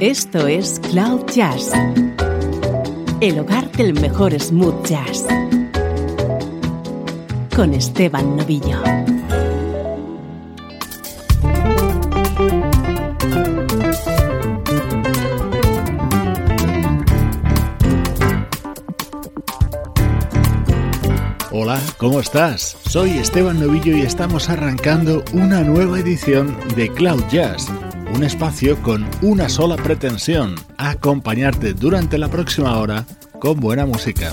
Esto es Cloud Jazz, el hogar del mejor smooth jazz, con Esteban Novillo. Hola, ¿cómo estás? Soy Esteban Novillo y estamos arrancando una nueva edición de Cloud Jazz, un espacio con una sola pretensión: acompañarte durante la próxima hora con buena música.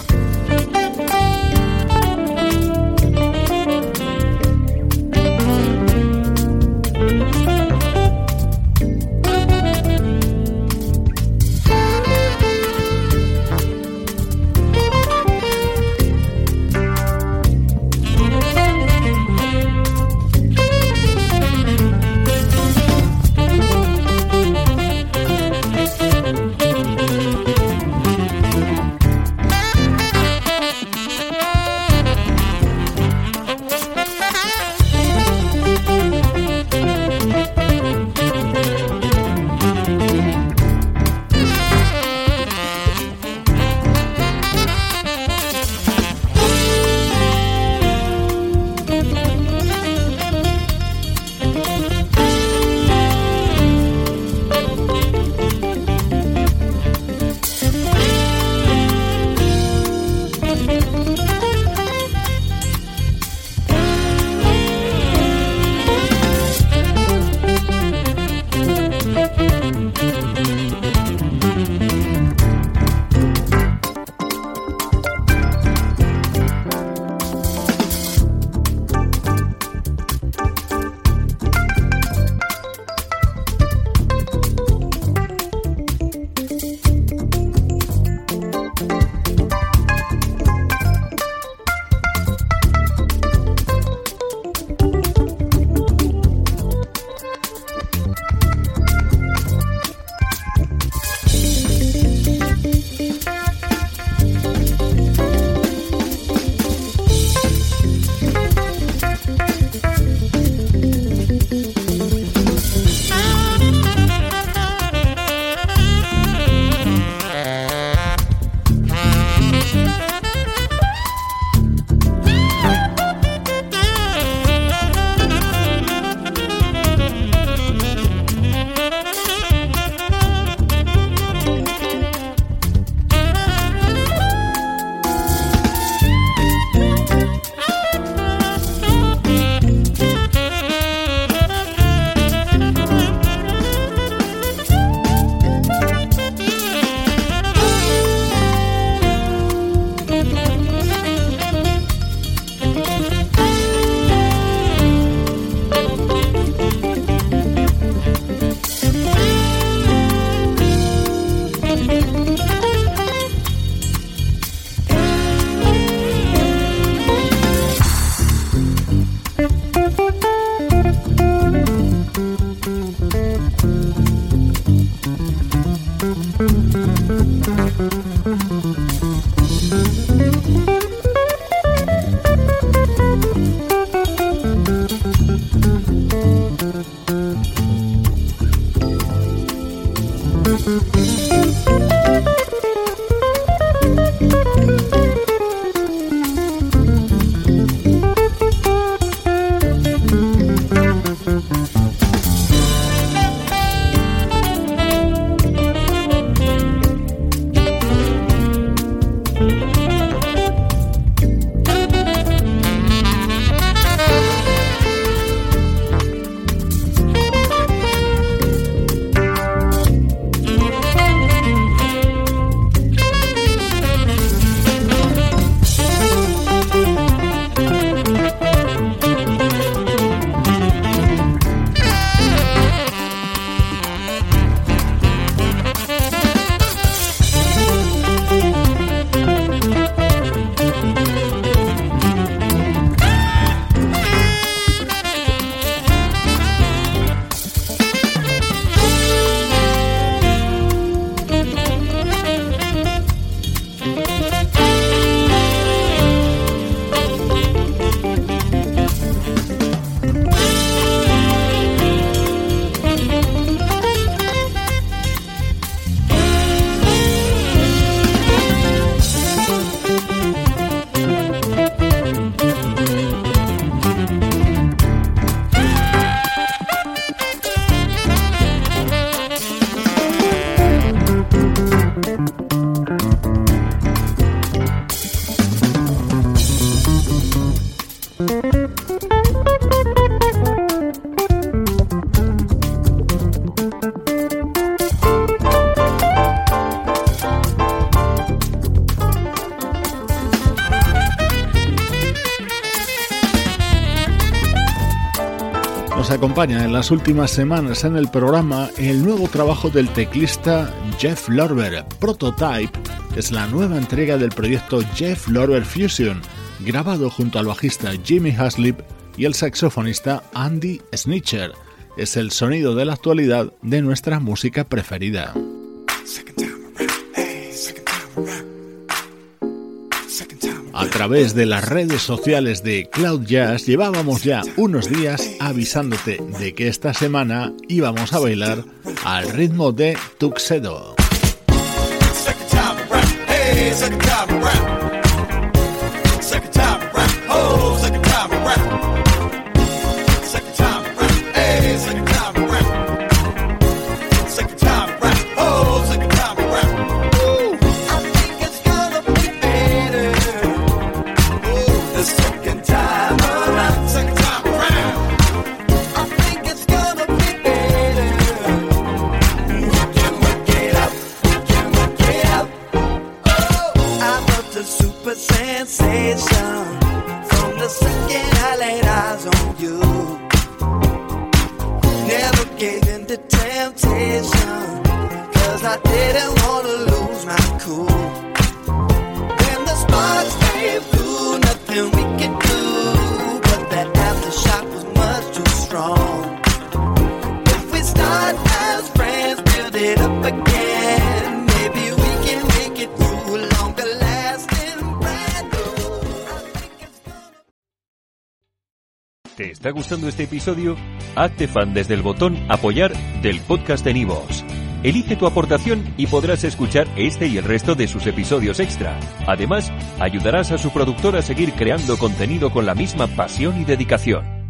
Nos acompaña en las últimas semanas en el programa el nuevo trabajo del teclista Jeff Lorber. Prototype es la nueva entrega del proyecto Jeff Lorber Fusion, grabado junto al bajista Jimmy Haslip y el saxofonista Andy Snitcher. Es el sonido de la actualidad de nuestra música preferida. A través de las redes sociales de Cloud Jazz llevábamos ya unos días avisándote de que esta semana íbamos a bailar al ritmo de Tuxedo. ¿Te está gustando este episodio? Hazte fan desde el botón Apoyar del podcast de Nivos. Elige tu aportación y podrás escuchar este y el resto de sus episodios extra. Además, ayudarás a su productor a seguir creando contenido con la misma pasión y dedicación.